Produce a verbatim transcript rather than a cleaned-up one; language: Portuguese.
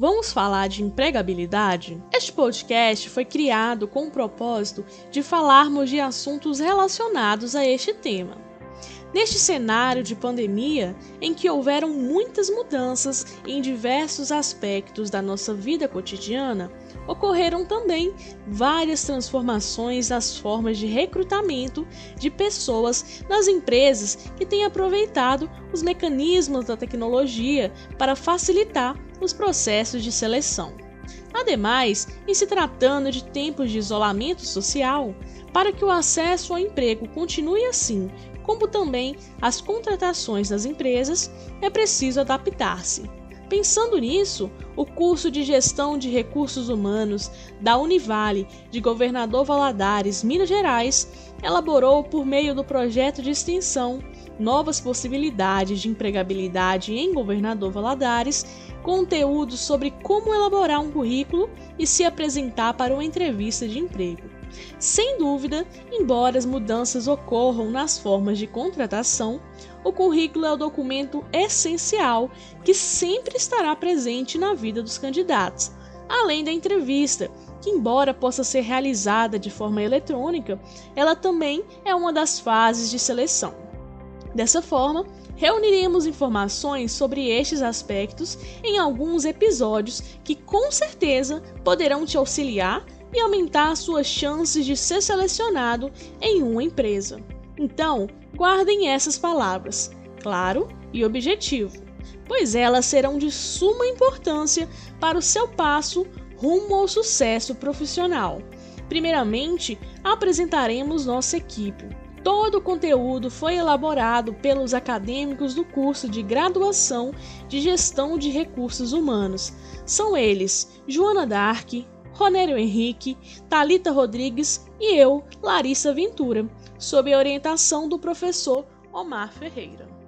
Vamos falar de empregabilidade? Este podcast foi criado com o propósito de falarmos de assuntos relacionados a este tema. Neste cenário de pandemia, em que houveram muitas mudanças em diversos aspectos da nossa vida cotidiana, ocorreram também várias transformações nas formas de recrutamento de pessoas nas empresas que têm aproveitado os mecanismos da tecnologia para facilitar os processos de seleção. Ademais, em se tratando de tempos de isolamento social, para que o acesso ao emprego continue assim, como também as contratações das empresas, é preciso adaptar-se. Pensando nisso, o curso de Gestão de Recursos Humanos da Univale de Governador Valadares, Minas Gerais, elaborou, por meio do projeto de extensão Novas Possibilidades de Empregabilidade em Governador Valadares, conteúdo sobre como elaborar um currículo e se apresentar para uma entrevista de emprego. Sem dúvida, embora as mudanças ocorram nas formas de contratação, o currículo é o documento essencial que sempre estará presente na vida dos candidatos, além da entrevista, que embora possa ser realizada de forma eletrônica, ela também é uma das fases de seleção. Dessa forma, reuniremos informações sobre estes aspectos em alguns episódios que com certeza poderão te auxiliar e aumentar suas chances de ser selecionado em uma empresa. Então, guardem essas palavras, claro e objetivo, pois elas serão de suma importância para o seu passo rumo ao sucesso profissional. Primeiramente, apresentaremos nossa equipe. Todo o conteúdo foi elaborado pelos acadêmicos do curso de graduação de Gestão de Recursos Humanos. São eles Joana Dark, Ronério Henrique, Thalita Rodrigues e eu, Larissa Ventura, sob a orientação do professor Omar Ferreira.